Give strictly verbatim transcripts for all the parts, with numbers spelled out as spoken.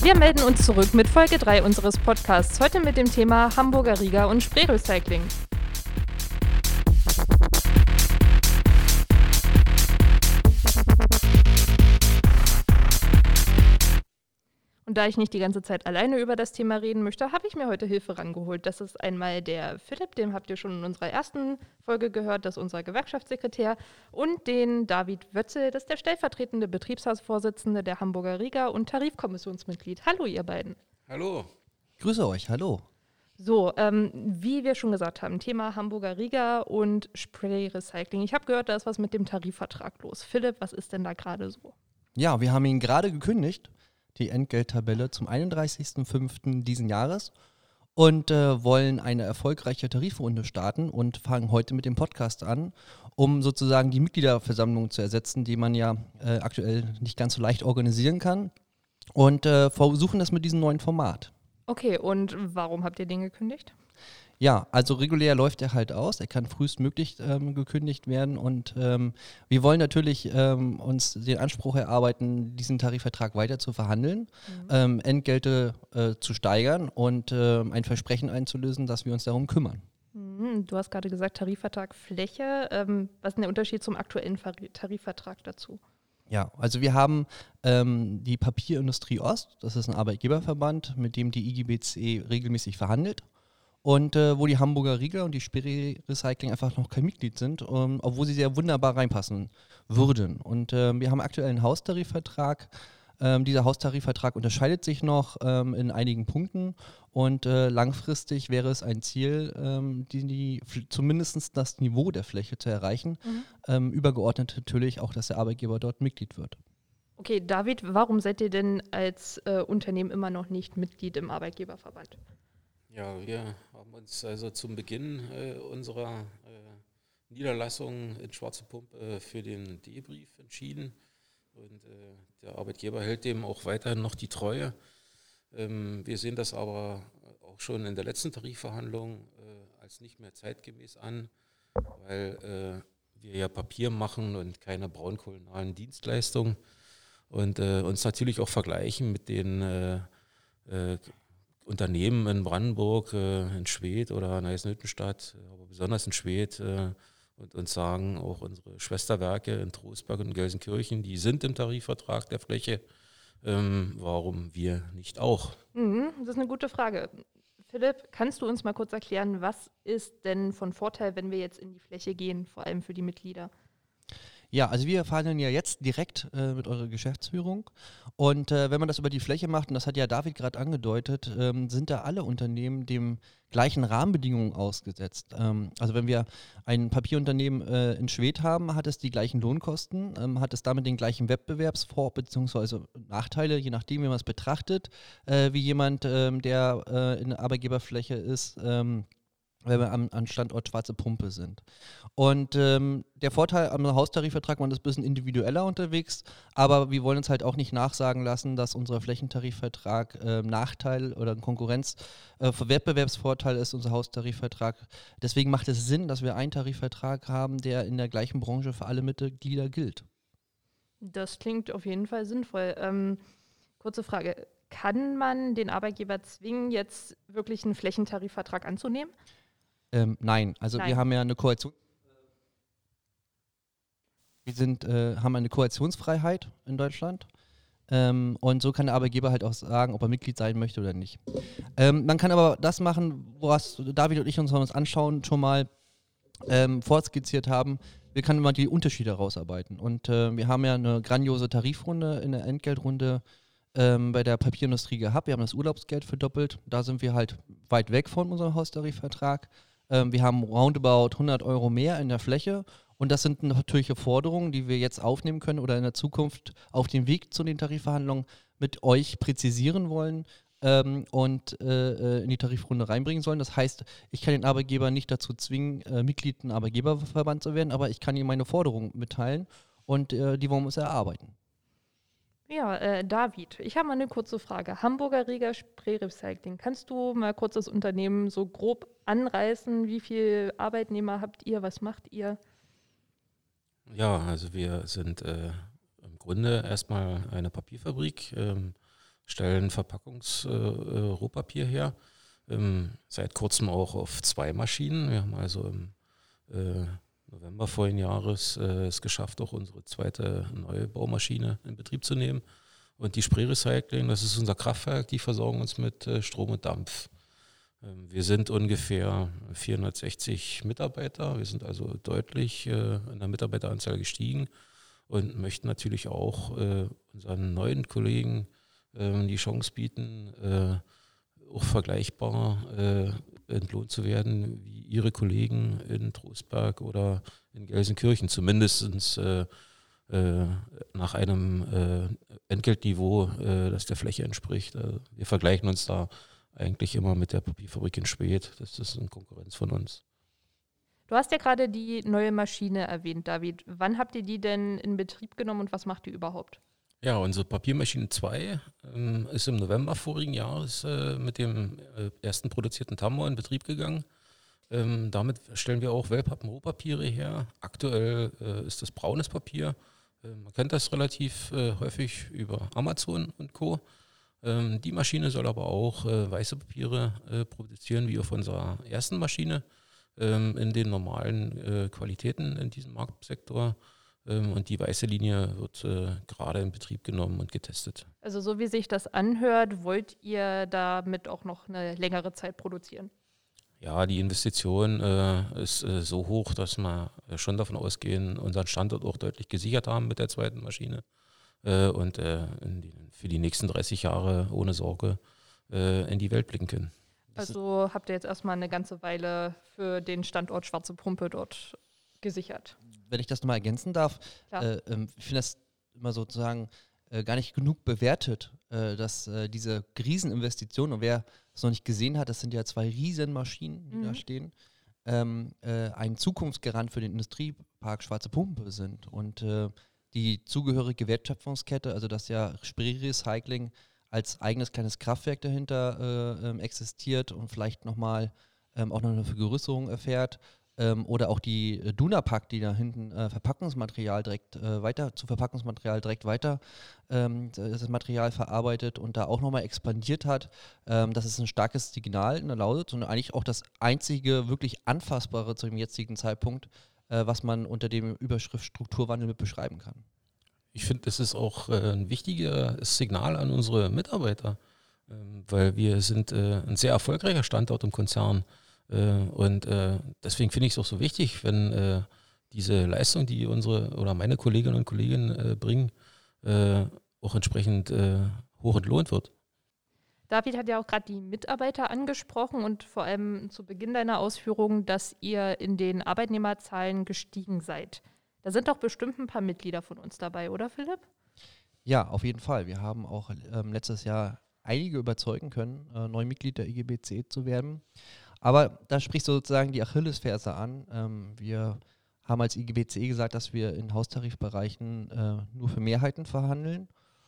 Wir melden uns zurück mit Folge drei unseres Podcasts, heute mit dem Thema Hamburger Riga und Spreerecycling. Und da ich nicht die ganze Zeit alleine über das Thema reden möchte, habe ich mir heute Hilfe rangeholt. Das ist einmal der Philipp, den habt ihr schon in unserer ersten Folge gehört, das ist unser Gewerkschaftssekretär, und den David Wötzel, das ist der stellvertretende Betriebsratsvorsitzende der Hamburger Riga und Tarifkommissionsmitglied. Hallo ihr beiden. Hallo. Ich grüße euch, hallo. So, ähm, wie wir schon gesagt haben, Thema Hamburger Riga und Spreerecycling. Ich habe gehört, da ist was mit dem Tarifvertrag los. Philipp, was ist denn da gerade so? Ja, wir haben ihn gerade gekündigt, die Entgelttabelle zum einunddreißigsten fünften diesen Jahres und äh, wollen eine erfolgreiche Tarifrunde starten und fangen heute mit dem Podcast an, um sozusagen die Mitgliederversammlung zu ersetzen, die man ja äh, aktuell nicht ganz so leicht organisieren kann, und äh, versuchen das mit diesem neuen Format. Okay, und warum habt ihr den gekündigt? Ja, also regulär läuft er halt aus, er kann frühestmöglich ähm, gekündigt werden und ähm, wir wollen natürlich ähm, uns den Anspruch erarbeiten, diesen Tarifvertrag weiter zu verhandeln, mhm. ähm, Entgelte äh, zu steigern und äh, ein Versprechen einzulösen, dass wir uns darum kümmern. Mhm, du hast gerade gesagt Tarifvertrag Fläche, ähm, was ist denn der Unterschied zum aktuellen Tarifvertrag dazu? Ja, also wir haben ähm, die Papierindustrie Ost, das ist ein Arbeitgeberverband, mit dem die I G B C regelmäßig verhandelt. Und äh, wo die Hamburger Riga und die Spreerecycling einfach noch kein Mitglied sind, ähm, obwohl sie sehr wunderbar reinpassen würden. Und äh, wir haben aktuell einen Haustarifvertrag. Ähm, dieser Haustarifvertrag unterscheidet sich noch ähm, in einigen Punkten und äh, langfristig wäre es ein Ziel, ähm, die, die zumindest das Niveau der Fläche zu erreichen. Mhm. Ähm, übergeordnet natürlich auch, dass der Arbeitgeber dort Mitglied wird. Okay, David, warum seid ihr denn als äh, Unternehmen immer noch nicht Mitglied im Arbeitgeberverband? Ja, wir haben uns also zum Beginn äh, unserer äh, Niederlassung in Schwarze Pumpe äh, für den D-Brief entschieden. Und äh, der Arbeitgeber hält dem auch weiterhin noch die Treue. Ähm, wir sehen das aber auch schon in der letzten Tarifverhandlung äh, als nicht mehr zeitgemäß an, weil äh, wir ja Papier machen und keine braunkohlennahen Dienstleistungen und äh, uns natürlich auch vergleichen mit den äh, äh, Unternehmen in Brandenburg, äh, in Schwedt oder in Eisenhüttenstadt, aber besonders in Schwedt, äh, und uns sagen, auch unsere Schwesterwerke in Trostberg und in Gelsenkirchen, die sind im Tarifvertrag der Fläche. Ähm, warum wir nicht auch? Mhm, das ist eine gute Frage. Philipp, kannst du uns mal kurz erklären, was ist denn von Vorteil, wenn wir jetzt in die Fläche gehen, vor allem für die Mitglieder? Ja, also wir verhandeln ja jetzt direkt äh, mit eurer Geschäftsführung und äh, wenn man das über die Fläche macht, und das hat ja David gerade angedeutet, ähm, sind da alle Unternehmen dem gleichen Rahmenbedingungen ausgesetzt. Ähm, also wenn wir ein Papierunternehmen äh, in Schwedt haben, hat es die gleichen Lohnkosten, ähm, hat es damit den gleichen Wettbewerbsvor- bzw. Nachteile, je nachdem, wie man es betrachtet, äh, wie jemand, ähm, der äh, in der Arbeitgeberfläche ist, ähm, wenn wir am, am Standort Schwarze Pumpe sind. Und ähm, der Vorteil am Haustarifvertrag, man ist ein bisschen individueller unterwegs, aber wir wollen uns halt auch nicht nachsagen lassen, dass unser Flächentarifvertrag äh, Nachteil oder ein Konkurrenz, äh, Wettbewerbsvorteil ist, unser Haustarifvertrag. Deswegen macht es Sinn, dass wir einen Tarifvertrag haben, der in der gleichen Branche für alle Mitglieder gilt. Das klingt auf jeden Fall sinnvoll. Ähm, kurze Frage, kann man den Arbeitgeber zwingen, jetzt wirklich einen Flächentarifvertrag anzunehmen? Ähm, nein, also nein. Wir haben ja eine Koalition. Wir sind, äh, haben eine Koalitionsfreiheit in Deutschland ähm, und so kann der Arbeitgeber halt auch sagen, ob er Mitglied sein möchte oder nicht. Ähm, man kann aber das machen, was David und ich uns anschauen, schon mal ähm, vorskizziert haben. Wir können immer die Unterschiede herausarbeiten und äh, wir haben ja eine grandiose Tarifrunde in der Entgeltrunde ähm, bei der Papierindustrie gehabt. Wir haben das Urlaubsgeld verdoppelt. Da sind wir halt weit weg von unserem Haustarifvertrag. Ähm, wir haben roundabout hundert Euro mehr in der Fläche und das sind natürliche Forderungen, die wir jetzt aufnehmen können oder in der Zukunft auf dem Weg zu den Tarifverhandlungen mit euch präzisieren wollen ähm, und äh, in die Tarifrunde reinbringen sollen. Das heißt, ich kann den Arbeitgeber nicht dazu zwingen, äh, Mitglied im Arbeitgeberverband zu werden, aber ich kann ihm meine Forderungen mitteilen und äh, die wollen wir uns erarbeiten. Ja, äh, David, ich habe mal eine kurze Frage. Hamburger Riga Spreerecycling. Kannst du mal kurz das Unternehmen so grob anreißen? Wie viele Arbeitnehmer habt ihr? Was macht ihr? Ja, also wir sind äh, im Grunde erstmal eine Papierfabrik, ähm, stellen Verpackungs-Rohpapier äh, her. Ähm, seit kurzem auch auf zwei Maschinen. Wir haben also im äh, November vorigen Jahres äh, es geschafft, auch unsere zweite neue Baumaschine in Betrieb zu nehmen. Und die Spreerecycling, das ist unser Kraftwerk, die versorgen uns mit äh, Strom und Dampf. Ähm, wir sind ungefähr vierhundertsechzig Mitarbeiter. Wir sind also deutlich äh, in der Mitarbeiteranzahl gestiegen und möchten natürlich auch äh, unseren neuen Kollegen äh, die Chance bieten, äh, auch vergleichbar äh, entlohnt zu werden wie ihre Kollegen in Trostberg oder in Gelsenkirchen, zumindest äh, äh, nach einem äh, Entgeltniveau, äh, das der Fläche entspricht. Also wir vergleichen uns da eigentlich immer mit der Papierfabrik in Späth. Das ist eine Konkurrenz von uns. Du hast ja gerade die neue Maschine erwähnt, David. Wann habt ihr die denn in Betrieb genommen und was macht die überhaupt? Ja, unsere Papiermaschine zwei ähm, ist im November vorigen Jahres äh, mit dem äh, ersten produzierten Tammo in Betrieb gegangen. Ähm, damit stellen wir auch Wellpappen-Rohpapiere her. Aktuell äh, ist das braunes Papier. Äh, man kennt das relativ äh, häufig über Amazon und Co. Ähm, die Maschine soll aber auch äh, weiße Papiere äh, produzieren, wie auf unserer ersten Maschine, ähm, in den normalen äh, Qualitäten in diesem Marktsektor. Und die weiße Linie wird äh, gerade in Betrieb genommen und getestet. Also so wie sich das anhört, wollt ihr damit auch noch eine längere Zeit produzieren? Ja, die Investition äh, ist äh, so hoch, dass wir äh, schon davon ausgehen, unseren Standort auch deutlich gesichert haben mit der zweiten Maschine äh, und äh, in die, für die nächsten dreißig Jahre ohne Sorge äh, in die Welt blicken können. Also habt ihr jetzt erstmal eine ganze Weile für den Standort Schwarze Pumpe dort gesichert? Wenn ich das nochmal ergänzen darf, äh, ähm, ich finde das immer sozusagen äh, gar nicht genug bewertet, äh, dass äh, diese Rieseninvestitionen, und wer es noch nicht gesehen hat, das sind ja zwei Riesenmaschinen, die mhm. da stehen, ähm, äh, ein Zukunftsgarant für den Industriepark Schwarze Pumpe sind. Und äh, die zugehörige Wertschöpfungskette, also dass ja Spreerecycling als eigenes kleines Kraftwerk dahinter äh, ähm, existiert und vielleicht nochmal ähm, auch noch eine Vergrößerung erfährt, oder auch die äh, Dunapack, die da hinten äh, Verpackungsmaterial direkt äh, weiter, zu Verpackungsmaterial direkt weiter ähm, das Material verarbeitet und da auch nochmal expandiert hat. Ähm, das ist ein starkes Signal in der Lausitz und eigentlich auch das einzige wirklich anfassbare zu dem jetzigen Zeitpunkt, äh, was man unter dem Überschrift Strukturwandel mit beschreiben kann. Ich finde, das ist auch äh, ein wichtiges Signal an unsere Mitarbeiter, ähm, weil wir sind äh, ein sehr erfolgreicher Standort im Konzern. Und äh, deswegen finde ich es auch so wichtig, wenn äh, diese Leistung, die unsere oder meine Kolleginnen und Kollegen äh, bringen, äh, auch entsprechend äh, hoch entlohnt wird. David hat ja auch gerade die Mitarbeiter angesprochen und vor allem zu Beginn deiner Ausführungen, dass ihr in den Arbeitnehmerzahlen gestiegen seid. Da sind doch bestimmt ein paar Mitglieder von uns dabei, oder Philipp? Ja, auf jeden Fall. Wir haben auch ähm, letztes Jahr einige überzeugen können, äh, neu Mitglied der I G B C zu werden. Aber da spricht sozusagen die Achillesferse an. Ähm, wir haben als I G B C gesagt, dass wir in Haustarifbereichen äh, nur für Mehrheiten verhandeln.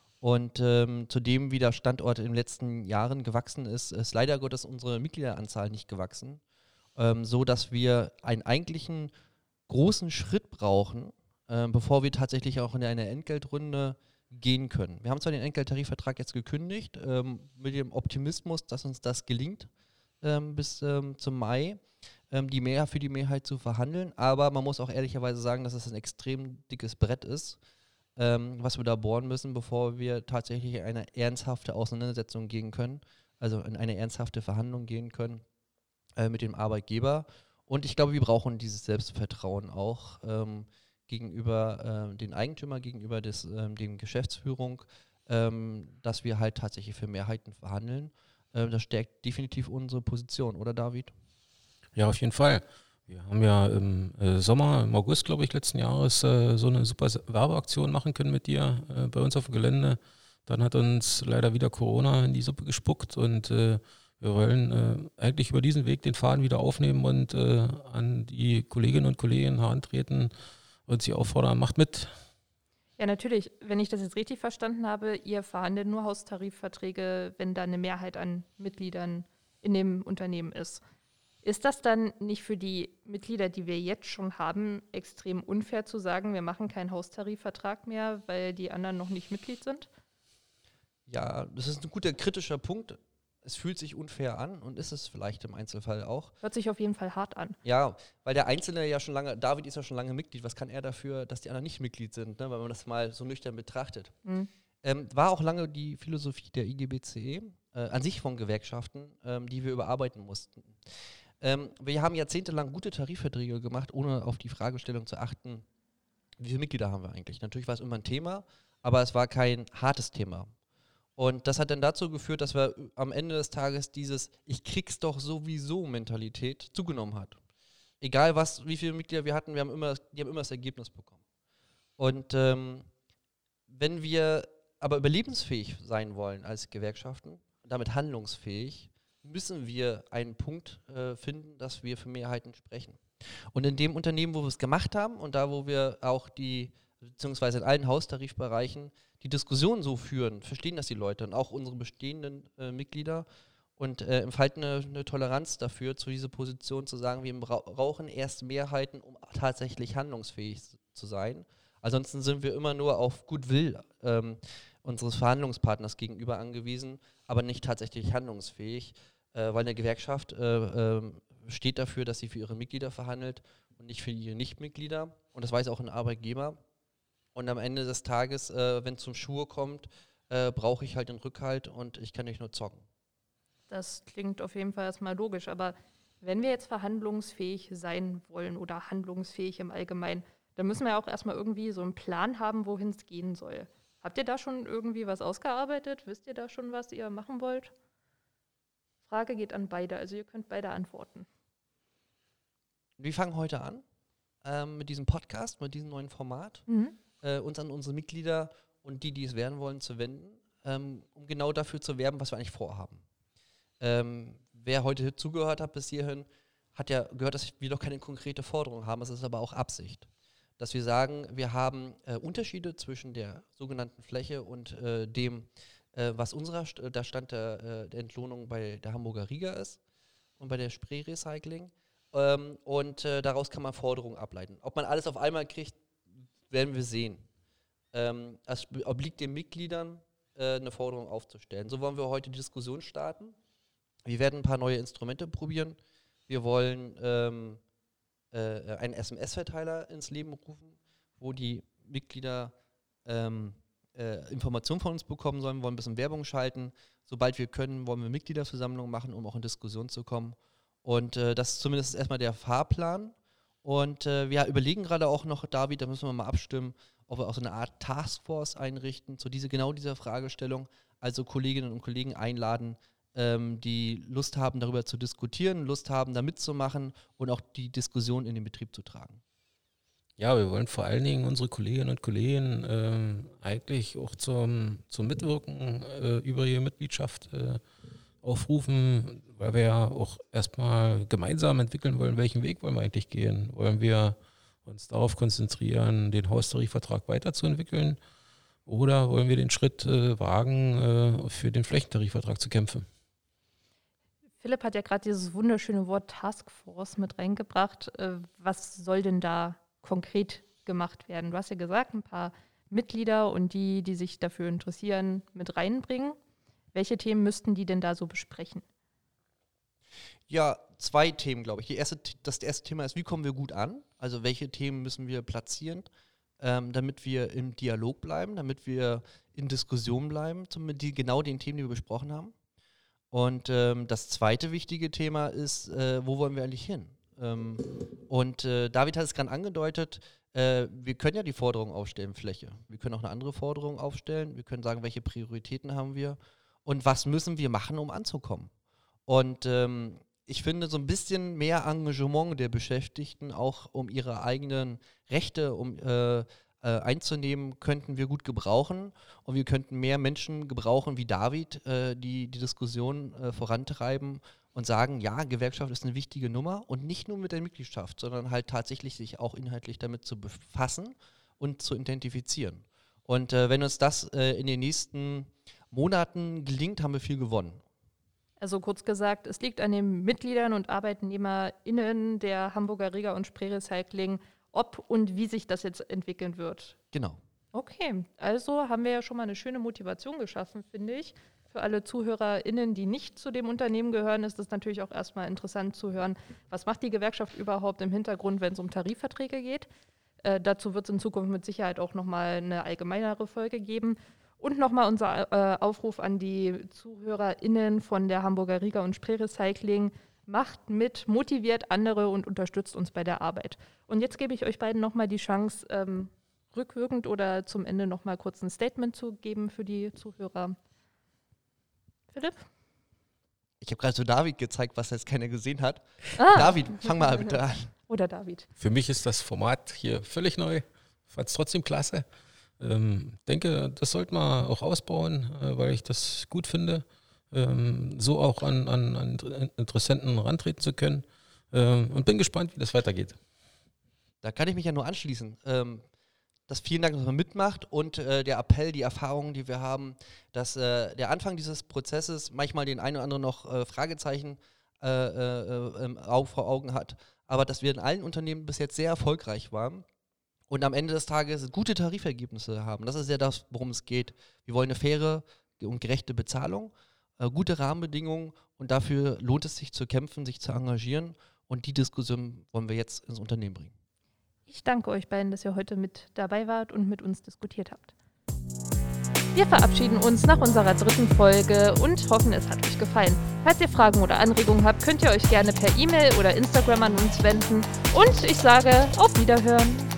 Und ähm, zudem, wie der Standort in den letzten Jahren gewachsen ist, ist leider Gottes unsere Mitgliederanzahl nicht gewachsen. Ähm, so dass wir einen eigentlichen großen Schritt brauchen, äh, bevor wir tatsächlich auch in eine Entgeltrunde gehen können. Wir haben zwar den Entgelttarifvertrag jetzt gekündigt, ähm, mit dem Optimismus, dass uns das gelingt, Ähm, bis ähm, zum Mai, ähm, die Mehr für die Mehrheit zu verhandeln. Aber man muss auch ehrlicherweise sagen, dass es ein extrem dickes Brett ist, ähm, was wir da bohren müssen, bevor wir tatsächlich in eine ernsthafte Auseinandersetzung gehen können, also in eine ernsthafte Verhandlung gehen können äh, mit dem Arbeitgeber. Und ich glaube, wir brauchen dieses Selbstvertrauen auch ähm, gegenüber äh, den Eigentümer, gegenüber des, ähm, dem Geschäftsführung, ähm, dass wir halt tatsächlich für Mehrheiten verhandeln. Das stärkt definitiv unsere Position, oder David? Ja, auf jeden Fall. Wir haben ja im äh, Sommer, im August, glaube ich, letzten Jahres äh, so eine super Werbeaktion machen können mit dir äh, bei uns auf dem Gelände. Dann hat uns leider wieder Corona in die Suppe gespuckt und äh, wir wollen äh, eigentlich über diesen Weg den Faden wieder aufnehmen und äh, an die Kolleginnen und Kollegen herantreten und sie auffordern, macht mit. Ja, natürlich. Wenn ich das jetzt richtig verstanden habe, ihr verhandelt nur Haustarifverträge, wenn da eine Mehrheit an Mitgliedern in dem Unternehmen ist. Ist das dann nicht für die Mitglieder, die wir jetzt schon haben, extrem unfair zu sagen, wir machen keinen Haustarifvertrag mehr, weil die anderen noch nicht Mitglied sind? Ja, das ist ein guter kritischer Punkt. Es fühlt sich unfair an und ist es vielleicht im Einzelfall auch. Hört sich auf jeden Fall hart an. Ja, weil der Einzelne ja schon lange, David ist ja schon lange Mitglied. Was kann er dafür, dass die anderen nicht Mitglied sind, ne? Wenn man das mal so nüchtern betrachtet. Mhm. Ähm, war auch lange die Philosophie der I G B C E, äh, an sich von Gewerkschaften, ähm, die wir überarbeiten mussten. Ähm, wir haben jahrzehntelang gute Tarifverträge gemacht, ohne auf die Fragestellung zu achten, wie viele Mitglieder haben wir eigentlich. Natürlich war es immer ein Thema, aber es war kein hartes Thema. Und das hat dann dazu geführt, dass wir am Ende des Tages dieses Ich krieg's doch sowieso Mentalität zugenommen hat. Egal was, wie viele Mitglieder wir hatten, wir haben immer, die haben immer das Ergebnis bekommen. Und ähm, wenn wir aber überlebensfähig sein wollen als Gewerkschaften, und damit handlungsfähig, müssen wir einen Punkt äh, finden, dass wir für Mehrheiten sprechen. Und in dem Unternehmen, wo wir es gemacht haben und da, wo wir auch die, beziehungsweise in allen Haustarifbereichen, die Diskussion so führen, verstehen das die Leute und auch unsere bestehenden äh, Mitglieder und äh, entfalten eine, eine Toleranz dafür, zu dieser Position zu sagen, wir brauchen erst Mehrheiten, um tatsächlich handlungsfähig zu sein. Ansonsten sind wir immer nur auf Goodwill ähm, unseres Verhandlungspartners gegenüber angewiesen, aber nicht tatsächlich handlungsfähig, äh, weil eine Gewerkschaft äh, äh, steht dafür, dass sie für ihre Mitglieder verhandelt und nicht für ihre Nichtmitglieder. Und das weiß auch ein Arbeitgeber. Und am Ende des Tages, äh, wenn es zum Schuhe kommt, äh, brauche ich halt den Rückhalt und ich kann nicht nur zocken. Das klingt auf jeden Fall erstmal logisch, aber wenn wir jetzt verhandlungsfähig sein wollen oder handlungsfähig im Allgemeinen, dann müssen wir auch erstmal irgendwie so einen Plan haben, wohin es gehen soll. Habt ihr da schon irgendwie was ausgearbeitet? Wisst ihr da schon, was ihr machen wollt? Frage geht an beide, also ihr könnt beide antworten. Wir fangen heute an ähm, mit diesem Podcast, mit diesem neuen Format, Mhm. äh, uns an unsere Mitglieder und die, die es werden wollen, zu wenden, ähm, um genau dafür zu werben, was wir eigentlich vorhaben. Ähm, wer heute zugehört hat bis hierhin, hat ja gehört, dass wir doch keine konkrete Forderung haben. Es ist aber auch Absicht, dass wir sagen, wir haben äh, Unterschiede zwischen der sogenannten Fläche und äh, dem, äh, was unserer St- der Stand der, äh, der Entlohnung bei der Hamburger Riga ist und bei der Spree Recycling. Ähm, und äh, daraus kann man Forderungen ableiten. Ob man alles auf einmal kriegt, werden wir sehen. Ähm, es obliegt den Mitgliedern, äh, eine Forderung aufzustellen. So wollen wir heute die Diskussion starten. Wir werden ein paar neue Instrumente probieren. Wir wollen ähm, äh, einen S M S-Verteiler ins Leben rufen, wo die Mitglieder ähm, äh, Informationen von uns bekommen sollen. Wir wollen ein bisschen Werbung schalten. Sobald wir können, wollen wir Mitgliederversammlungen machen, um auch in Diskussion zu kommen. Und äh, das ist zumindest erstmal der Fahrplan. Und äh, wir überlegen gerade auch noch, David, da müssen wir mal abstimmen, ob wir auch so eine Art Taskforce einrichten zu diese, genau dieser Fragestellung. Also Kolleginnen und Kollegen einladen, ähm, die Lust haben, darüber zu diskutieren, Lust haben, da mitzumachen und auch die Diskussion in den Betrieb zu tragen. Ja, wir wollen vor allen Dingen unsere Kolleginnen und Kollegen äh, eigentlich auch zum, zum Mitwirken äh, über ihre Mitgliedschaft äh, aufrufen, weil wir ja auch erstmal gemeinsam entwickeln wollen, welchen Weg wollen wir eigentlich gehen. Wollen wir uns darauf konzentrieren, den Haustarifvertrag weiterzuentwickeln, oder wollen wir den Schritt äh, wagen, äh, für den Flächentarifvertrag zu kämpfen? Philipp hat ja gerade dieses wunderschöne Wort Taskforce mit reingebracht. Äh, was soll denn da konkret gemacht werden? Du hast ja gesagt, ein paar Mitglieder und die, die sich dafür interessieren, mit reinbringen. Welche Themen müssten die denn da so besprechen? Ja, zwei Themen, glaube ich. Die erste, das erste Thema ist, wie kommen wir gut an? Also welche Themen müssen wir platzieren, ähm, damit wir im Dialog bleiben, damit wir in Diskussion bleiben, zum, mit die, genau den Themen, die wir besprochen haben. Und ähm, das zweite wichtige Thema ist, äh, wo wollen wir eigentlich hin? Ähm, und äh, David hat es gerade angedeutet, äh, wir können ja die Forderung aufstellen, Fläche. Wir können auch eine andere Forderung aufstellen. Wir können sagen, welche Prioritäten haben wir und was müssen wir machen, um anzukommen. Und ähm, ich finde, so ein bisschen mehr Engagement der Beschäftigten, auch um ihre eigenen Rechte um, äh, äh, einzunehmen, könnten wir gut gebrauchen. Und wir könnten mehr Menschen gebrauchen wie David, äh, die die Diskussion äh, vorantreiben und sagen, ja, Gewerkschaft ist eine wichtige Nummer und nicht nur mit der Mitgliedschaft, sondern halt tatsächlich sich auch inhaltlich damit zu befassen und zu identifizieren. Und äh, wenn uns das äh, in den nächsten Monaten gelingt, haben wir viel gewonnen. Also kurz gesagt, es liegt an den Mitgliedern und ArbeitnehmerInnen der Hamburger Riga und Spree Recycling, ob und wie sich das jetzt entwickeln wird. Genau. Okay, also haben wir ja schon mal eine schöne Motivation geschaffen, finde ich. Für alle ZuhörerInnen, die nicht zu dem Unternehmen gehören, ist es natürlich auch erstmal interessant zu hören, was macht die Gewerkschaft überhaupt im Hintergrund, wenn es um Tarifverträge geht. Äh, dazu wird es in Zukunft mit Sicherheit auch nochmal eine allgemeinere Folge geben. Und nochmal unser äh, Aufruf an die ZuhörerInnen von der Hamburger Riga und Spree Recycling. Macht mit, motiviert andere und unterstützt uns bei der Arbeit. Und jetzt gebe ich euch beiden nochmal die Chance, ähm, rückwirkend oder zum Ende nochmal kurz ein Statement zu geben für die Zuhörer. Philipp? Ich habe gerade so David gezeigt, was jetzt keiner gesehen hat. Ah. David, fang mal bitte an. Oder David. Für mich ist das Format hier völlig neu. Fand es trotzdem klasse. Ähm, denke, das sollte man auch ausbauen, äh, weil ich das gut finde. Ähm, so auch an, an, an Interessenten rantreten zu können. Ähm, und bin gespannt, wie das weitergeht. Da kann ich mich ja nur anschließen. Ähm, das vielen Dank, dass man mitmacht und äh, der Appell, die Erfahrungen, die wir haben, dass äh, der Anfang dieses Prozesses manchmal den einen oder anderen noch äh, Fragezeichen äh, äh, äh, auch vor Augen hat, aber dass wir in allen Unternehmen bis jetzt sehr erfolgreich waren und am Ende des Tages gute Tarifergebnisse haben. Das ist ja das, worum es geht. Wir wollen eine faire und gerechte Bezahlung, äh, gute Rahmenbedingungen und dafür lohnt es sich zu kämpfen, sich zu engagieren und die Diskussion wollen wir jetzt ins Unternehmen bringen. Ich danke euch beiden, dass ihr heute mit dabei wart und mit uns diskutiert habt. Wir verabschieden uns nach unserer dritten Folge und hoffen, es hat euch gefallen. Falls ihr Fragen oder Anregungen habt, könnt ihr euch gerne per E-Mail oder Instagram an uns wenden. Und ich sage auf Wiederhören.